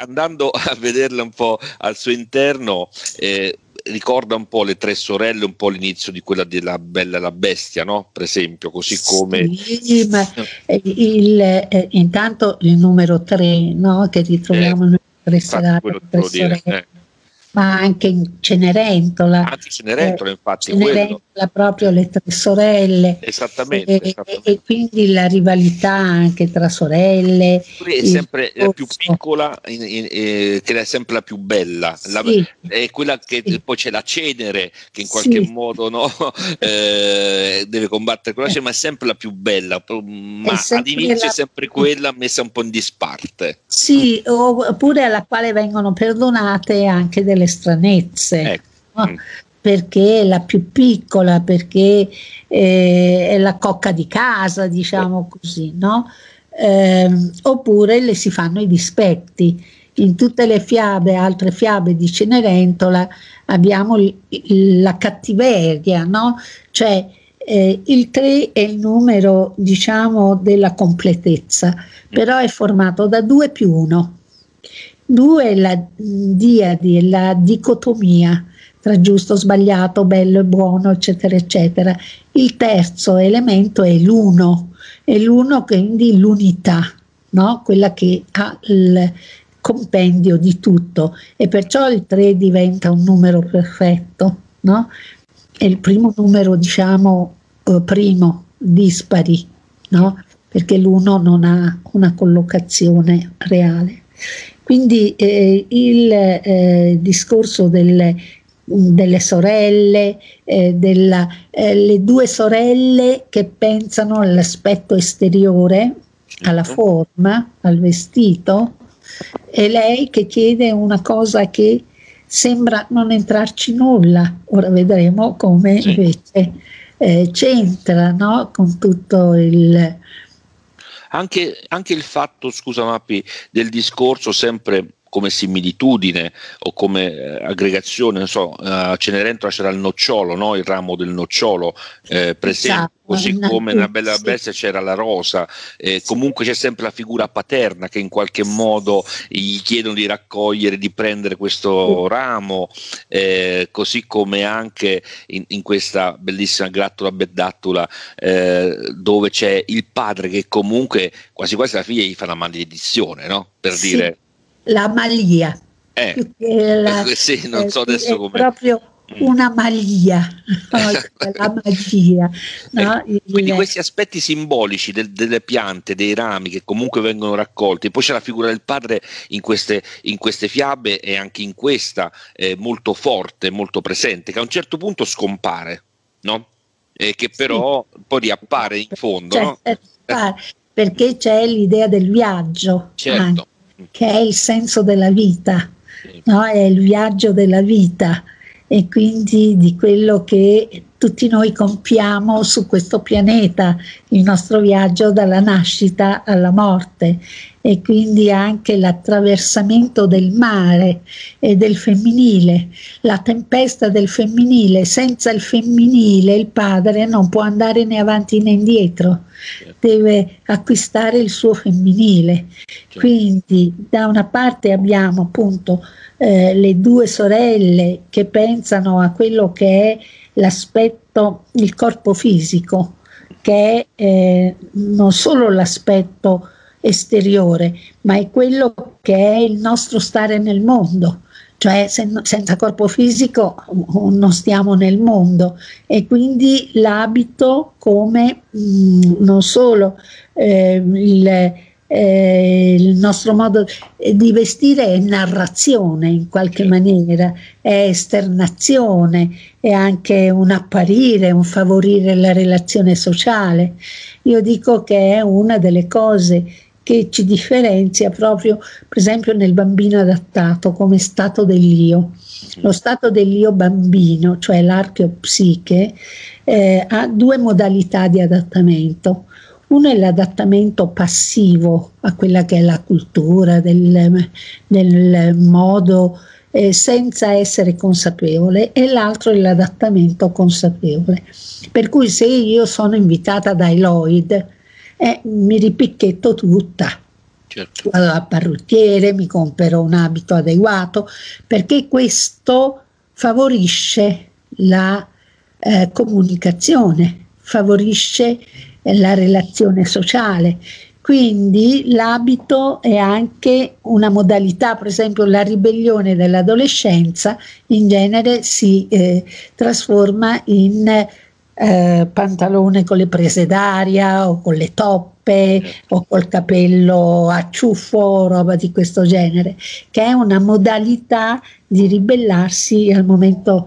andando a vederla un po' al suo interno, ricorda un po' Le Tre Sorelle, un po' l'inizio di quella della Bella e la Bestia, no? Per esempio, così come ma intanto il numero 3, no? Che ritroviamo nelle Tre Sorelle, ma anche in Cenerentola, anche Cenerentola, infatti, Cenerentola proprio Le Tre Sorelle, esattamente. E quindi la rivalità anche tra sorelle, è sempre la più piccola che è sempre la più bella, è quella che poi c'è la Cenere che in qualche modo, no, deve combattere con la Cenere, ma è sempre la più bella, ma all'inizio è sempre quella messa un po' in disparte, oppure alla quale vengono perdonate anche delle stranezze, no? Perché è la più piccola, perché è la cocca di casa, diciamo così, no? Oppure le si fanno i dispetti. In tutte le fiabe, altre fiabe di Cenerentola, abbiamo la cattiveria, no? Cioè il 3 è il numero, diciamo, della completezza, però è formato da 2 più 1. 2 è la diadi, è la dicotomia tra giusto, sbagliato, bello e buono, eccetera, eccetera. Il terzo elemento è l'uno, e l'uno quindi l'unità, no? Quella che ha il compendio di tutto, e perciò il 3 diventa un numero perfetto, no? È il primo numero, diciamo, primo, dispari, no? Perché l'1 non ha una collocazione reale. Quindi il discorso delle sorelle, le 2 sorelle che pensano all'aspetto esteriore, alla forma, al vestito, e lei che chiede una cosa che sembra non entrarci nulla. Ora vedremo come invece c'entra, no? Con tutto il... Anche il fatto, scusa Mappi, del discorso sempre come similitudine o come aggregazione, non so, a Cenerentola c'era il nocciolo, no? Il ramo del nocciolo, per esempio, così come nella Bella Bestia c'era la rosa, comunque c'è sempre la figura paterna che in qualche modo gli chiedono di raccogliere, di prendere questo ramo, così come anche in questa bellissima Grattola Beddattula, dove c'è il padre che comunque quasi quasi la figlia gli fa una maledizione, no? Per dire... La malia, non so adesso come proprio una malia, la magia, no? Quindi questi aspetti simbolici delle piante, dei rami che comunque vengono raccolti, poi c'è la figura del padre in queste fiabe, e anche in questa molto forte, molto presente, che a un certo punto scompare, no? Che però poi riappare in fondo, no? Perché c'è l'idea del viaggio, anche, che è il senso della vita, no? È il viaggio della vita, e quindi di quello che tutti noi compiamo su questo pianeta, il nostro viaggio dalla nascita alla morte, e quindi anche l'attraversamento del mare e del femminile, la tempesta del femminile. Senza il femminile il padre non può andare né avanti né indietro, deve acquistare il suo femminile. Quindi da una parte abbiamo appunto le 2 sorelle che pensano a quello che è l'aspetto, il corpo fisico, che è non solo l'aspetto esteriore, ma è quello che è il nostro stare nel mondo. Cioè senza corpo fisico non stiamo nel mondo, e quindi l'abito come non solo il nostro modo di vestire è narrazione in qualche maniera, è esternazione, è anche un apparire, un favorire la relazione sociale. Io dico che è una delle cose che ci differenzia proprio, per esempio, nel bambino adattato come stato dell'io. Lo stato dell'io bambino, cioè l'archeopsiche, ha 2 modalità di adattamento. Uno è l'adattamento passivo a quella che è la cultura del modo, senza essere consapevole, e l'altro è l'adattamento consapevole. Per cui se io sono invitata da Eloyd, mi ripicchetto tutta, Certo. Vado dal parrucchiere, mi compro un abito adeguato, perché questo favorisce la comunicazione, favorisce la relazione sociale. Quindi l'abito è anche una modalità, per esempio la ribellione dell'adolescenza in genere si trasforma in pantalone con le prese d'aria o con le toppe o col capello a ciuffo, roba di questo genere, che è una modalità di ribellarsi al momento,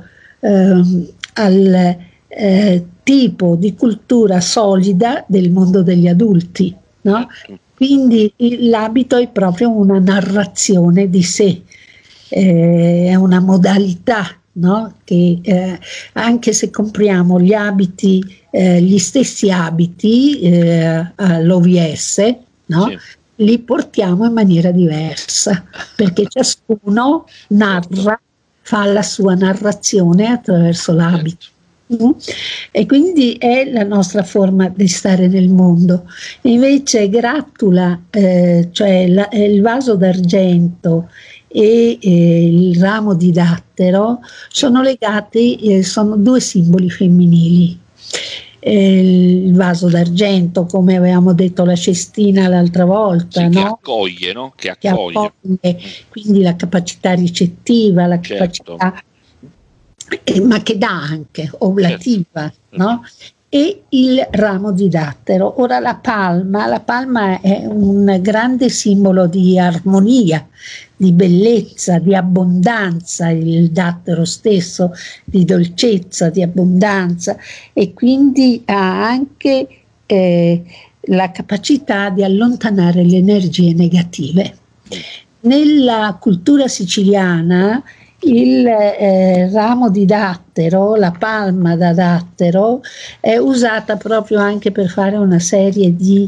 al tipo di cultura solida del mondo degli adulti, no? Quindi l'abito è proprio una narrazione di sé, è una modalità, no? Che anche se compriamo gli abiti, gli stessi abiti all'OVS, no? Sì. Li portiamo in maniera diversa, perché ciascuno narra, fa la sua narrazione attraverso l'abito. E quindi è la nostra forma di stare nel mondo. Invece Grattula, cioè il vaso d'argento e il ramo di dattero sono legati, sono due simboli femminili. Il vaso d'argento, come avevamo detto, la cestina l'altra volta, sì, no? Che accoglie, no? Che accoglie. Quindi la capacità ricettiva, la capacità, ma che dà anche, oblativa, no? E il ramo di dattero. Ora la palma è un grande simbolo di armonia, di bellezza, di abbondanza, il dattero stesso, di dolcezza, di abbondanza, e quindi ha anche la capacità di allontanare le energie negative. Nella cultura siciliana il ramo di dattero, la palma da dattero, è usata proprio anche per fare una serie di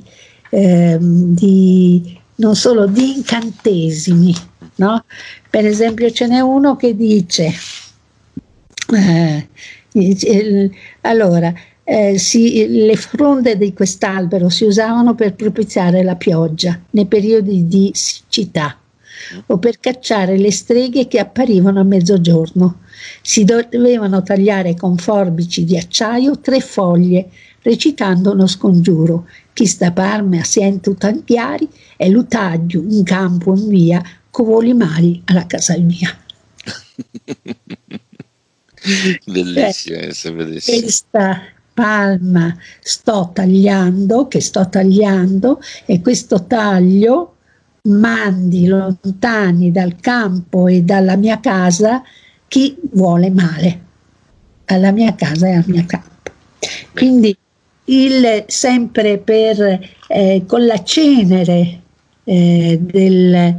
non solo di incantesimi, no? Per esempio ce n'è uno che dice allora le fronde di quest'albero si usavano per propiziare la pioggia nei periodi di siccità o per cacciare le streghe che apparivano a mezzogiorno. Si dovevano tagliare con forbici di acciaio 3 foglie, recitando uno scongiuro: chi sta parme assiente utanchiari e lu taglio in campo in via covoli mali alla casa mia. Bellissima, bellissima. Questa palma che sto tagliando, e questo taglio mandi lontani dal campo e dalla mia casa chi vuole male alla mia casa e al mio campo. Quindi sempre con la cenere di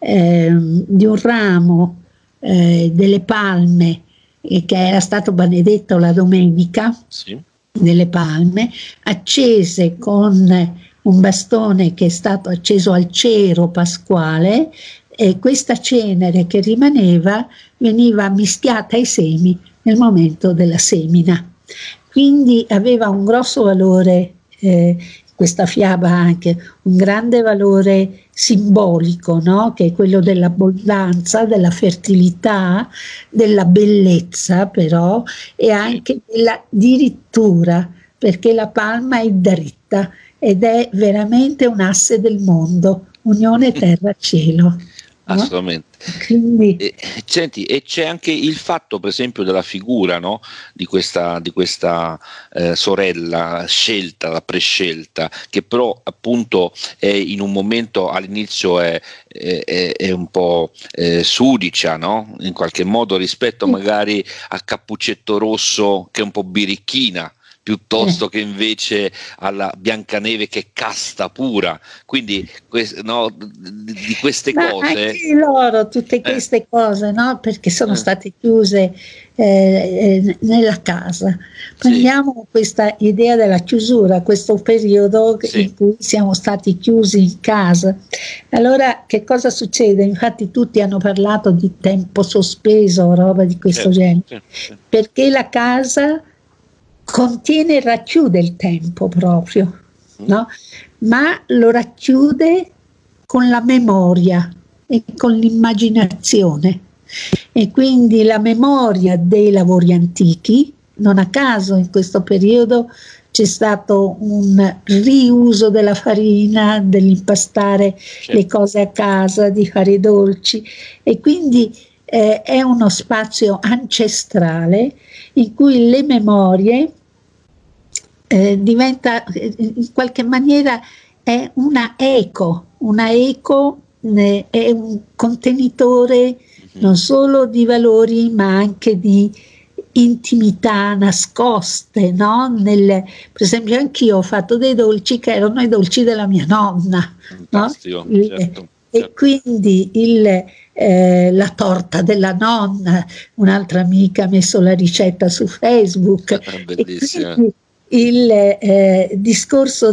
un ramo delle palme che era stato benedetto la domenica, sì, delle palme, accese con un bastone che è stato acceso al cero pasquale, e questa cenere che rimaneva veniva mischiata ai semi nel momento della semina. Quindi aveva un grosso valore, questa fiaba anche, un grande valore simbolico, no? Che è quello dell'abbondanza, della fertilità, della bellezza però, e anche della dirittura, perché la palma è dritta ed è veramente un asse del mondo, unione terra-cielo. No? Assolutamente. Quindi, senti, e c'è anche il fatto, per esempio, della figura, no? di questa sorella scelta, la prescelta, che però appunto è in un momento, all'inizio è un po' sudicia, no? In qualche modo, rispetto magari a Cappuccetto Rosso, che è un po' birichina, piuttosto che invece alla Biancaneve che è casta pura. Quindi di queste cose anche loro, tutte queste cose, no? Perché sono state chiuse nella casa. Prendiamo questa idea della chiusura, questo periodo in cui siamo stati chiusi in casa. Allora che cosa succede? Infatti tutti hanno parlato di tempo sospeso, roba di questo genere, perché la casa contiene e racchiude il tempo proprio, no? Ma lo racchiude con la memoria e con l'immaginazione, e quindi la memoria dei lavori antichi. Non a caso in questo periodo c'è stato un riuso della farina, dell'impastare le cose a casa, di fare i dolci, e quindi è uno spazio ancestrale in cui le memorie diventa in qualche maniera è una eco, è un contenitore non solo di valori ma anche di intimità nascoste, no? Per esempio anch'io ho fatto dei dolci che erano i dolci della mia nonna, no? Certo. E quindi la torta della nonna, un'altra amica ha messo la ricetta su Facebook, bellissima. il discorso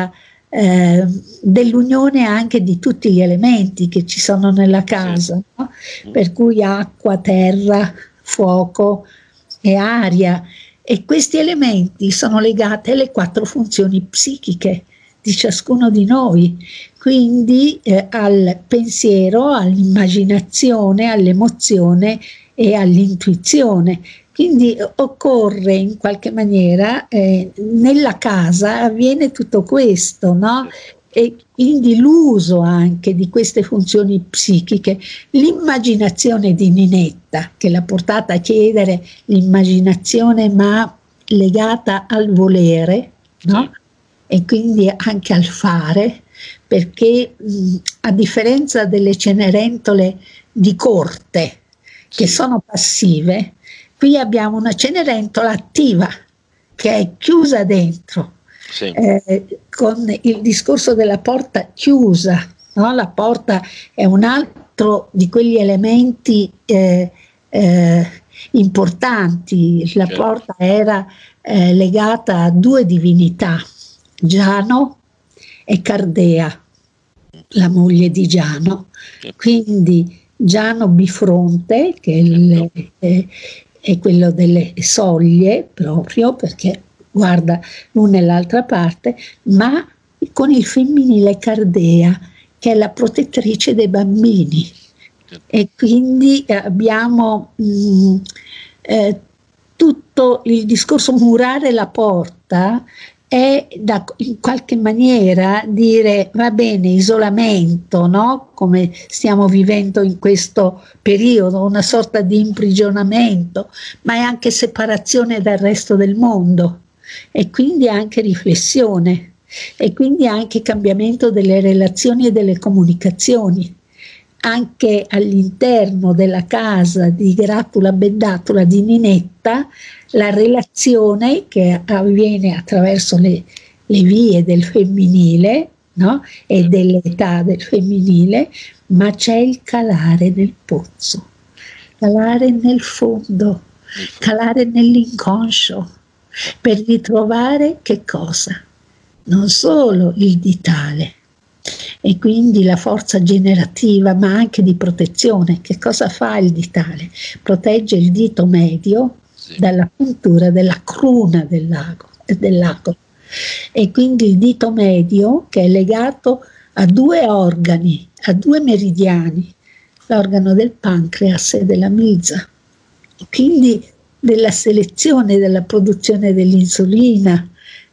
dell'unione anche di tutti gli elementi che ci sono nella casa, no? Per cui acqua, terra, fuoco e aria, e questi elementi sono legati alle 4 funzioni psichiche di ciascuno di noi, quindi al pensiero, all'immaginazione, all'emozione e all'intuizione. Quindi occorre in qualche maniera, nella casa avviene tutto questo, no? E quindi l'uso anche di queste funzioni psichiche, l'immaginazione di Ninetta, che l'ha portata a chiedere l'immaginazione ma legata al volere, no? E quindi anche al fare, perché a differenza delle Cenerentole di corte, che sono passive, qui abbiamo una Cenerentola attiva, che è chiusa dentro, con il discorso della porta chiusa, no? La porta è un altro di quegli elementi importanti. La porta era legata a 2 divinità, Giano e Cardea, la moglie di Giano. Quindi Giano bifronte, che è quello delle soglie proprio, perché guarda l'una e l'altra parte, ma con il femminile Cardea, che è la protettrice dei bambini. E quindi abbiamo tutto il discorso murare la porta è in qualche maniera dire va bene, isolamento, no? Come stiamo vivendo in questo periodo, una sorta di imprigionamento, ma è anche separazione dal resto del mondo, e quindi anche riflessione, e quindi anche cambiamento delle relazioni e delle comunicazioni. Anche all'interno della casa di Gratula Bendatula di Ninetta, la relazione che avviene attraverso le vie del femminile, no? E dell'età del femminile, ma c'è il calare nel pozzo, calare nel fondo, calare nell'inconscio, per ritrovare che cosa? Non solo il ditale, e quindi la forza generativa, ma anche di protezione. Che cosa fa il ditale? Protegge il dito medio dalla puntura della cruna dell'ago, e quindi il dito medio, che è legato a 2 organi, a 2 meridiani, l'organo del pancreas e della milza, quindi della selezione, della produzione dell'insulina,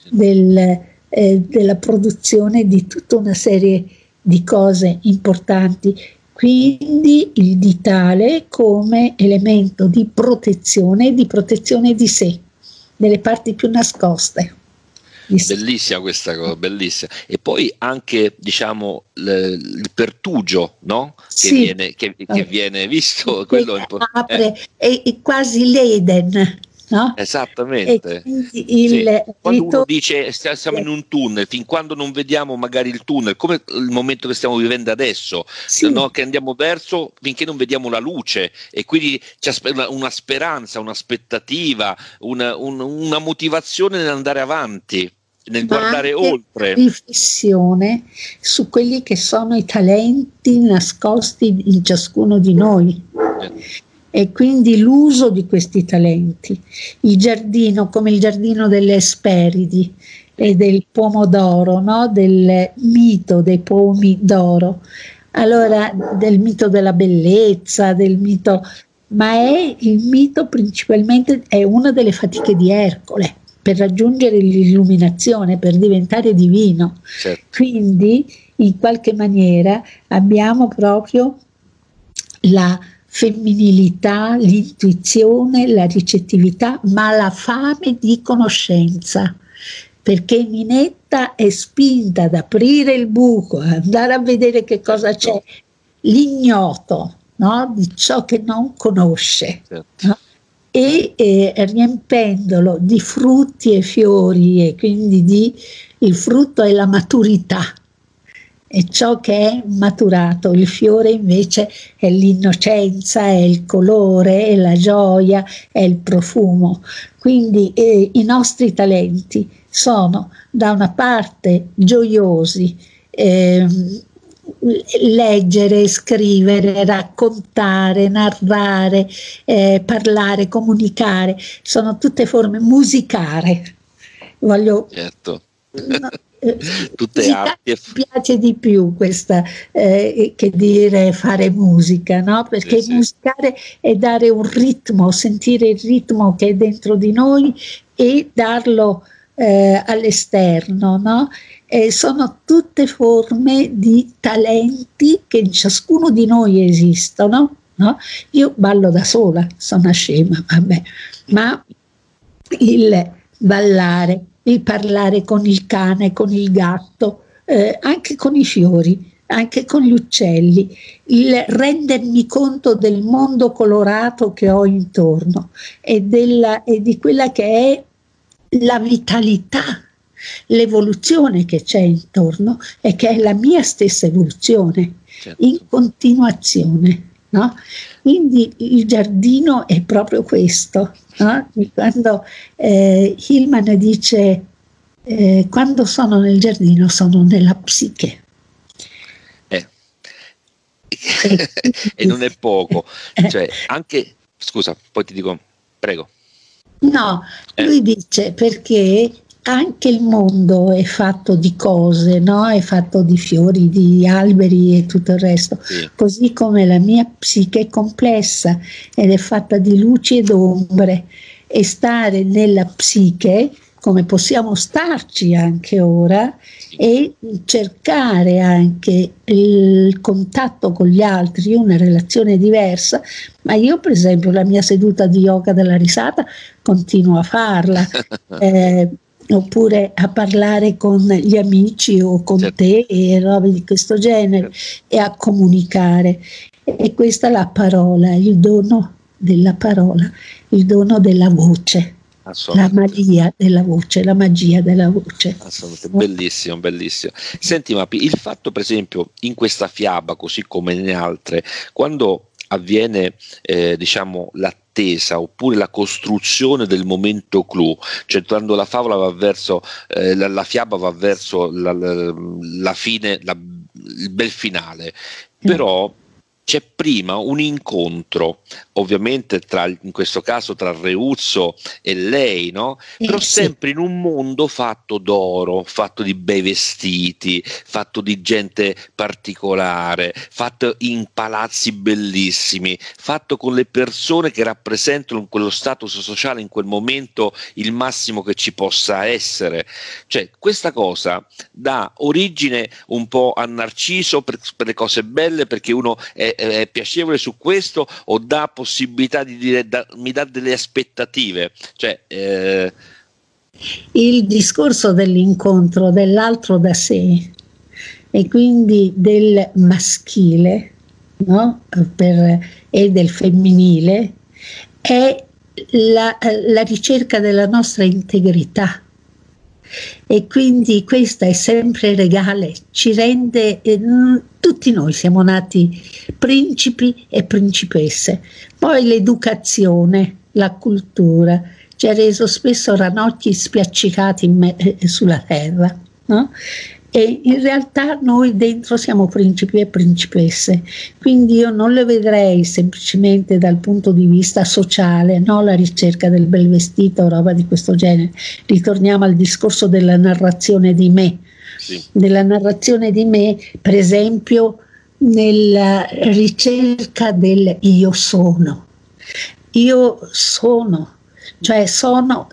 della produzione di tutta una serie di cose importanti. Quindi il ditale come elemento di protezione di sé, delle parti più nascoste. Bellissima questa cosa, bellissima. E poi anche, diciamo, il pertugio, no? Che viene visto, quello apre, è quasi l'Eden, no? Esattamente. Quando uno dice siamo in un tunnel, fin quando non vediamo magari il tunnel, come il momento che stiamo vivendo adesso, no? Che andiamo verso finché non vediamo la luce, e quindi c'è una speranza, un'aspettativa, una motivazione nell'andare avanti, nel guardare oltre. Riflessione su quelli che sono i talenti nascosti in ciascuno di noi. E quindi l'uso di questi talenti. Il giardino, come il giardino delle Esperidi, e del pomodoro, no? Del mito dei pomi d'oro. Allora, del mito della bellezza, del mito, ma è il mito principalmente, è una delle fatiche di Ercole per raggiungere l'illuminazione, per diventare divino. Certo. Quindi, in qualche maniera, abbiamo proprio la femminilità, l'intuizione, la ricettività, ma la fame di conoscenza. Perché Ninetta è spinta ad aprire il buco, ad andare a vedere che cosa c'è, l'ignoto, no? Di ciò che non conosce, no? E riempendolo di frutti e fiori, e quindi il frutto è la maturità, e ciò che è maturato, il fiore invece è l'innocenza, è il colore, è la gioia, è il profumo. Quindi i nostri talenti sono da una parte gioiosi, leggere, scrivere, raccontare, narrare, parlare, comunicare, sono tutte forme, musicare. Voglio... Certo. No, tutte arti. Mi piace di più questa che dire fare musica, no? Perché sì. Musicare è dare un ritmo, sentire il ritmo che è dentro di noi e darlo all'esterno, no? Sono tutte forme di talenti che in ciascuno di noi esistono, no? Io ballo da sola, sono una scema, vabbè, ma il ballare, il parlare con il cane, con il gatto, anche con i fiori, anche con gli uccelli, il rendermi conto del mondo colorato che ho intorno e di quella che è la vitalità, l'evoluzione che c'è intorno e che è la mia stessa evoluzione, certo, in continuazione, no? Quindi il giardino è proprio questo, no? Quando Hillman dice quando sono nel giardino sono nella psiche. E non è poco, cioè anche, scusa, poi ti dico, prego. No, lui dice perché anche il mondo è fatto di cose, no? È fatto di fiori, di alberi e tutto il resto, sì, così come la mia psiche è complessa ed è fatta di luci ed ombre, e stare nella psiche, come possiamo starci anche ora, e cercare anche il contatto con gli altri, una relazione diversa. Ma io per esempio la mia seduta di yoga della risata continuo a farla, oppure a parlare con gli amici o con te e robe di questo genere, e a comunicare. E questa è la parola, il dono della parola, il dono della voce. La magia della voce, la magia della voce. Assolutamente, bellissimo, bellissimo. Senti Mapi, il fatto per esempio in questa fiaba, così come in altre, quando avviene diciamo l'attesa oppure la costruzione del momento clou, cioè quando la favola va verso la fiaba va verso la fine, il bel finale, però c'è prima un incontro, ovviamente in questo caso tra Reuzzo e lei, no? Però sempre in un mondo fatto d'oro, fatto di bei vestiti, fatto di gente particolare, fatto in palazzi bellissimi, fatto con le persone che rappresentano in quello status sociale, in quel momento, il massimo che ci possa essere. Cioè, questa cosa dà origine un po' a Narciso per le cose belle, perché uno è piacevole su questo, o dà possibilità di dire mi dà delle aspettative, cioè il discorso dell'incontro dell'altro da sé e quindi del maschile, no? E del femminile è la ricerca della nostra integrità. E quindi questa è sempre regale, ci rende, tutti noi siamo nati principi e principesse, poi l'educazione, la cultura ci ha reso spesso ranocchi spiaccicati sulla terra, no? E in realtà noi dentro siamo principi e principesse, quindi io non le vedrei semplicemente dal punto di vista sociale, no? La ricerca del bel vestito o roba di questo genere. Ritorniamo al discorso della narrazione di me. Sì. Della narrazione di me, per esempio, nella ricerca del io sono. Io sono. Cioè sono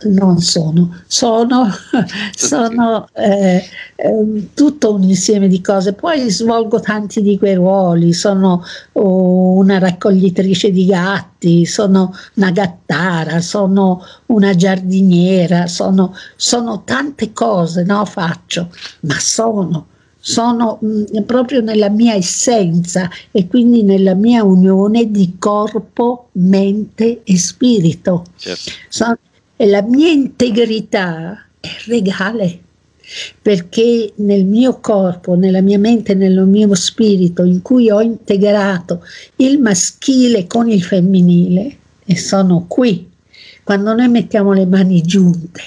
tutto un insieme di cose, poi svolgo tanti di quei ruoli, sono una raccoglitrice di gatti, sono una gattara, sono una giardiniera, sono tante cose, no, faccio, ma sono proprio nella mia essenza e quindi nella mia unione di corpo, mente e spirito. Certo. E la mia integrità è regale, perché nel mio corpo, nella mia mente, nel mio spirito, in cui ho integrato il maschile con il femminile, e sono qui, quando noi mettiamo le mani giunte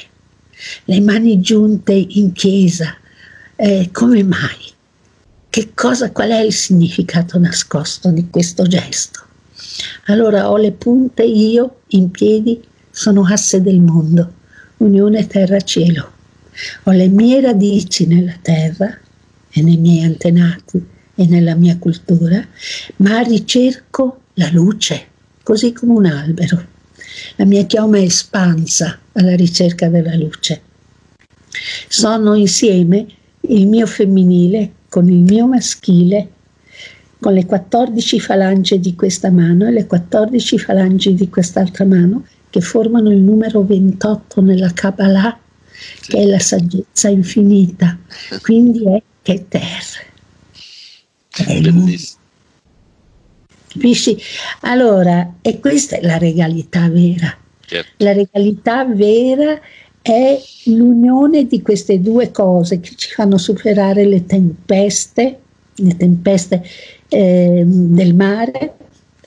in chiesa, come mai? Qual è il significato nascosto di questo gesto? Allora ho le punte, io in piedi sono asse del mondo, unione terra-cielo. Ho le mie radici nella terra e nei miei antenati e nella mia cultura, ma ricerco la luce, così come un albero. La mia chioma è espansa alla ricerca della luce. Sono insieme il mio femminile con il mio maschile, con le 14 falangi di questa mano e le 14 falangi di quest'altra mano, che formano il numero 28 nella Kabbalah, sì, che è la saggezza infinita, quindi è Keter. Bellissimo. Capisci? Allora, e questa è la regalità vera. Certo. La regalità vera è l'unione di queste due cose che ci fanno superare le tempeste del mare,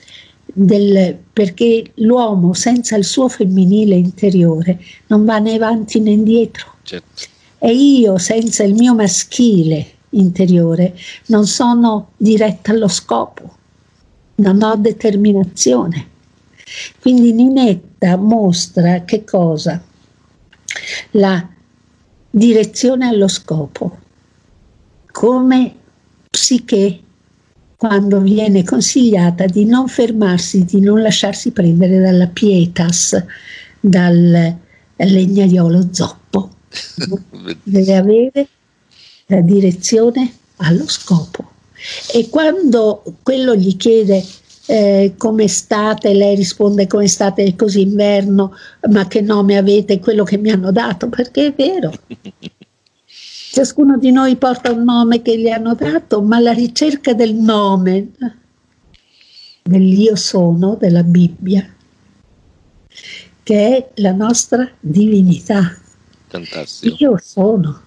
perché l'uomo senza il suo femminile interiore non va né avanti né indietro. Certo. E io senza il mio maschile interiore non sono diretta allo scopo, non ho determinazione. Quindi Ninetta mostra che cosa? La direzione allo scopo, come Psiche quando viene consigliata di non fermarsi, di non lasciarsi prendere dalla pietas, dal legnaiolo zoppo. Deve avere la direzione allo scopo. E quando quello gli chiede come state, lei risponde come state, è così inverno, ma che nome avete? Quello che mi hanno dato, perché è vero. Ciascuno di noi porta un nome che gli hanno dato, ma la ricerca del nome, dell'io sono, della Bibbia, che è la nostra divinità. Fantastico. Io sono.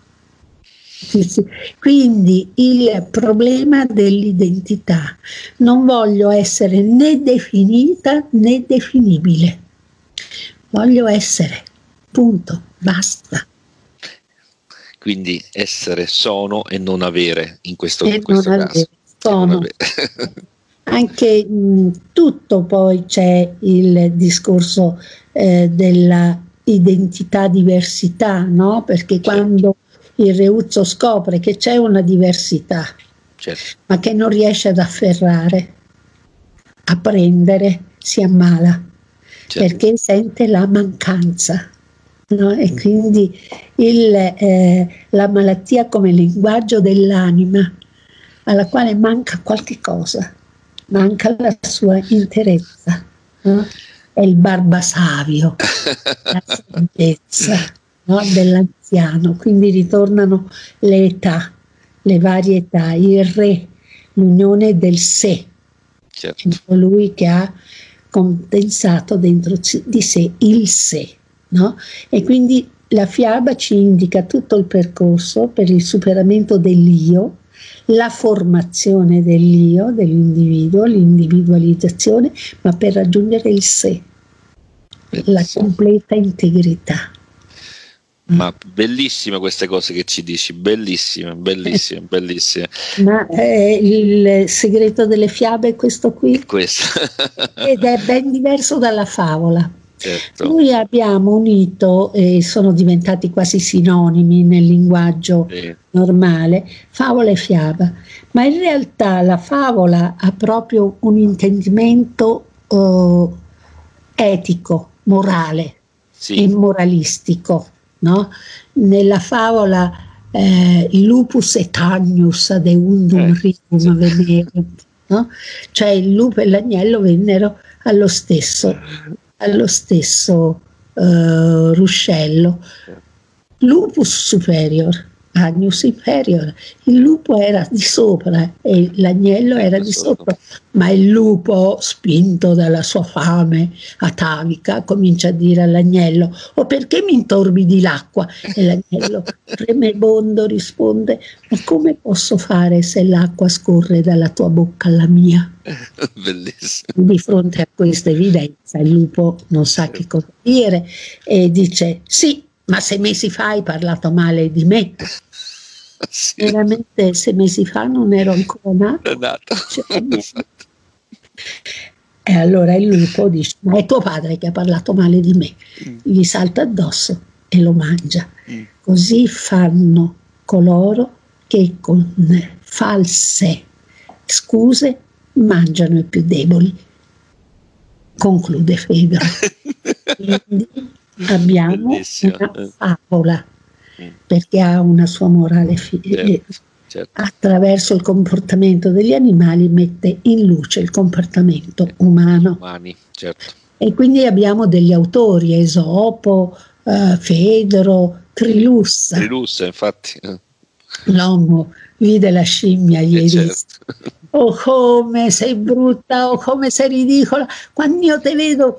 Quindi il problema dell'identità, non voglio essere né definita né definibile, voglio essere, punto, basta. Quindi essere sono e non avere in questo caso. Sono. Anche tutto poi c'è il discorso della identità diversità, no? Perché certo, quando il Reuzzo scopre che c'è una diversità, certo, ma che non riesce ad afferrare, a prendere, si ammala, certo, perché sente la mancanza. No? E quindi la malattia come linguaggio dell'anima, alla quale manca qualche cosa, manca la sua interezza, no? È il barbasavio, la saggezza, no? Dell'anziano, quindi ritornano le età, le varie età, il re, l'unione del sé, certo, colui che ha condensato dentro di sé il sé. No? E quindi la fiaba ci indica tutto il percorso per il superamento dell'io, la formazione dell'io, dell'individuo, l'individualizzazione, ma per raggiungere il sé, la completa integrità. Ma bellissime queste cose che ci dici, bellissime. Ma il segreto delle fiabe è questo qui. Questo. Ed è ben diverso dalla favola. Certo. Noi abbiamo unito, e sono diventati quasi sinonimi nel linguaggio normale, favola e fiaba, ma in realtà la favola ha proprio un intendimento etico, morale e moralistico, no? Nella favola il lupus et agnus adeundum rivum venerem, no? Cioè il lupo e l'agnello vennero allo stesso ruscello. Lupus superior, agnus inferior. Il lupo era di sopra e l'agnello era di sopra, ma il lupo, spinto dalla sua fame atavica, comincia a dire all'agnello: "Oh, perché mi intorbidi l'acqua?" E l'agnello, tremebondo, risponde: "Ma come posso fare se l'acqua scorre dalla tua bocca alla mia?" Bellissimo. Di fronte a questa evidenza il lupo non sa che cosa dire e dice: "Sì, ma 6 mesi fa hai parlato male di me." Sì. Veramente 6 mesi fa non ero ancora nato. E allora il lupo dice: "Ma è tuo padre che ha parlato male di me." Gli salta addosso e lo mangia. Così fanno coloro che con false scuse mangiano i più deboli, conclude Fedro. Quindi abbiamo Bellissimo. una favola, perché ha una sua morale certo. Attraverso il comportamento degli animali mette in luce il comportamento umano. Certo. E quindi abbiamo degli autori: Esopo, Fedro, Trilussa. Trilussa, infatti. L'uomo vide la scimmia ieri. Certo. "Oh, come sei brutta, oh, come sei ridicola, quando io te vedo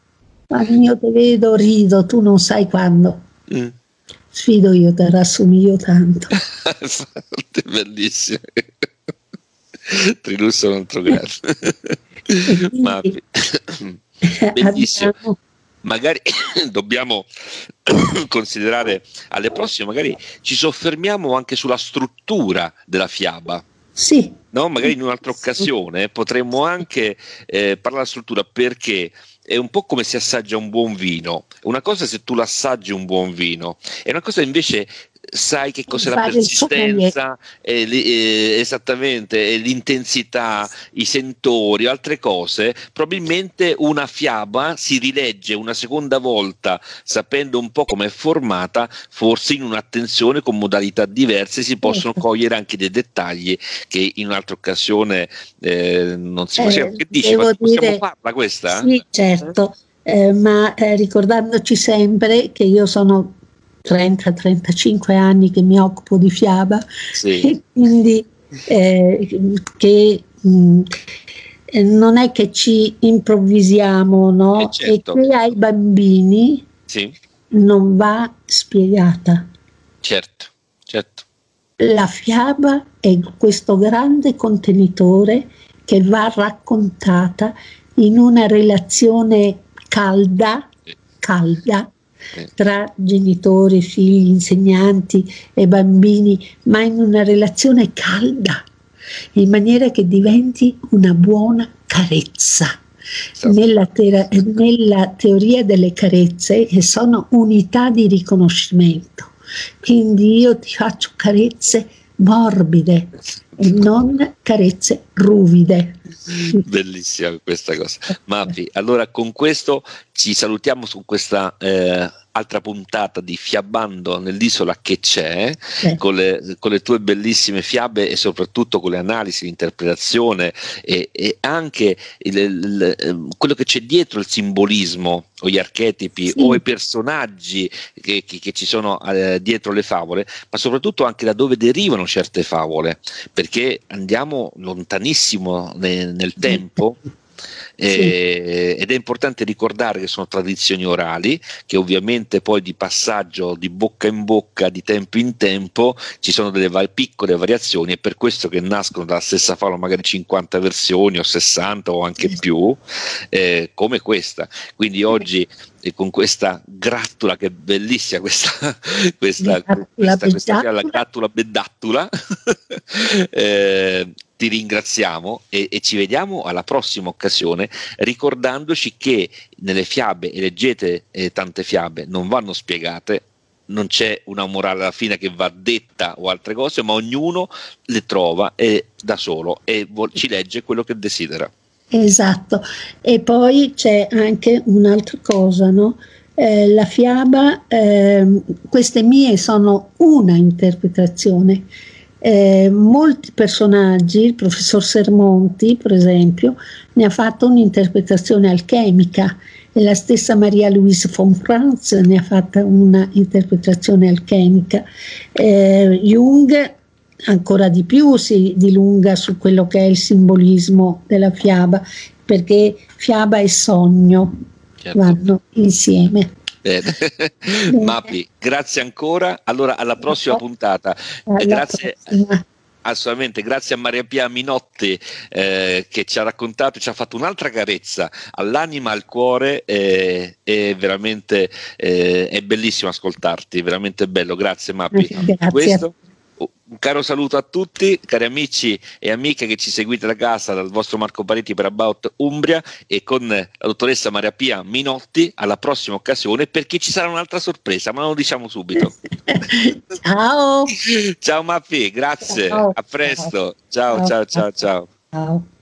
rido, tu non sai quando." Sfido io, te rassomiglio tanto. Bellissimo. Trilussa è un altro grande. Bellissimo. Magari dobbiamo considerare alle prossime, magari ci soffermiamo anche sulla struttura della fiaba. Sì. No? Magari in un'altra occasione potremmo anche parlare della struttura, perché è un po' come si assaggia un buon vino. Una cosa se tu l'assaggi un buon vino, e una cosa invece sai che cos'è la persistenza, esattamente, l'intensità, i sentori, altre cose. Probabilmente una fiaba si rilegge una seconda volta sapendo un po' come è formata, forse in un'attenzione con modalità diverse si possono cogliere anche dei dettagli che in un'altra occasione non si può. Che dici? Possiamo farla questa? Sì, certo, ma ricordandoci sempre che io sono 30-35 anni che mi occupo di fiaba, e quindi che non è che ci improvvisiamo, no? Certo. E che ai bambini non va spiegata. Certo. La fiaba è questo grande contenitore che va raccontata in una relazione calda tra genitori, figli, insegnanti e bambini, ma in una relazione calda, in maniera che diventi una buona carezza. Nella teoria delle carezze, che sono unità di riconoscimento, quindi io ti faccio carezze morbide e non carezze ruvide. Bellissima questa cosa. Mappi, allora con questo ci salutiamo su questa altra puntata di Fiabando nell'isola che c'è, con le tue bellissime fiabe e soprattutto con le analisi, l'interpretazione e anche quello che c'è dietro il simbolismo o gli archetipi o i personaggi che ci sono dietro le favole, ma soprattutto anche da dove derivano certe favole, perché andiamo lontanissimo nel tempo ed è importante ricordare che sono tradizioni orali, che ovviamente poi di passaggio di bocca in bocca, di tempo in tempo, ci sono delle piccole variazioni, è per questo che nascono dalla stessa favola magari 50 versioni o 60 o anche più, come questa. Quindi oggi con questa grattula che è bellissima, questa la grattula bedattula, ti ringraziamo e ci vediamo alla prossima occasione, ricordandoci che nelle fiabe, e leggete tante fiabe, non vanno spiegate, non c'è una morale alla fine che va detta o altre cose, ma ognuno le trova da solo e ci legge quello che desidera. Esatto, e poi c'è anche un'altra cosa, no? La fiaba, queste mie sono una interpretazione. Molti personaggi, il professor Sermonti per esempio, ne ha fatto un'interpretazione alchemica, e la stessa Maria Louise von Franz ne ha fatta una interpretazione alchemica. Jung ancora di più si dilunga su quello che è il simbolismo della fiaba, perché fiaba e sogno vanno insieme. Mapi, grazie ancora. Allora, alla prossima puntata. Grazie. Assolutamente, grazie a Maria Pia Minotti che ci ha raccontato, ci ha fatto un'altra carezza all'anima, al cuore, è veramente è bellissimo ascoltarti, veramente bello. Grazie Mapi. Grazie. Un caro saluto a tutti, cari amici e amiche che ci seguite da casa, dal vostro Marco Pariti per About Umbria, e con la dottoressa Maria Pia Minotti alla prossima occasione, perché ci sarà un'altra sorpresa, ma non lo diciamo subito. Ciao. Ciao Mappi, grazie, ciao. A presto. Ciao.